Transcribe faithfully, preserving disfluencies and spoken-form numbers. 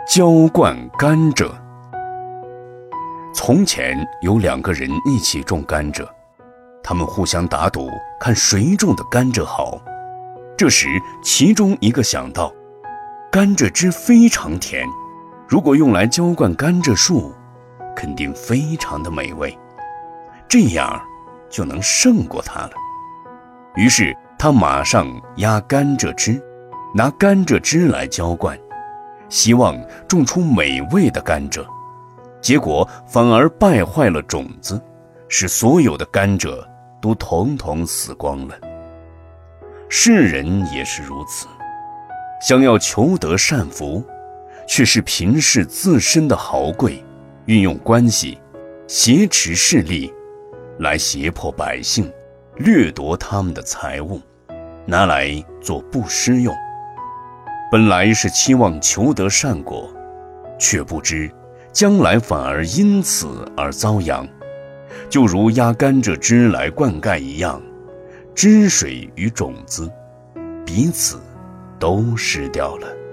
浇灌甘蔗。从前有两个人一起种甘蔗，他们互相打赌，看谁种的甘蔗好。这时其中一个想到，甘蔗汁非常甜，如果用来浇灌甘蔗树，肯定非常的美味，这样就能胜过他了。于是他马上压甘蔗汁，拿甘蔗汁来浇灌，希望种出美味的甘蔗。结果反而败坏了种子，使所有的甘蔗都统统死光了。世人也是如此，想要求得善福，却是凭视自身的豪贵，运用关系挟持势力来胁迫百姓，掠夺他们的财物，拿来做布施用。本来是期望求得善果，却不知将来反而因此而遭殃，就如压甘蔗汁来灌溉一样，汁水与种子彼此都失掉了。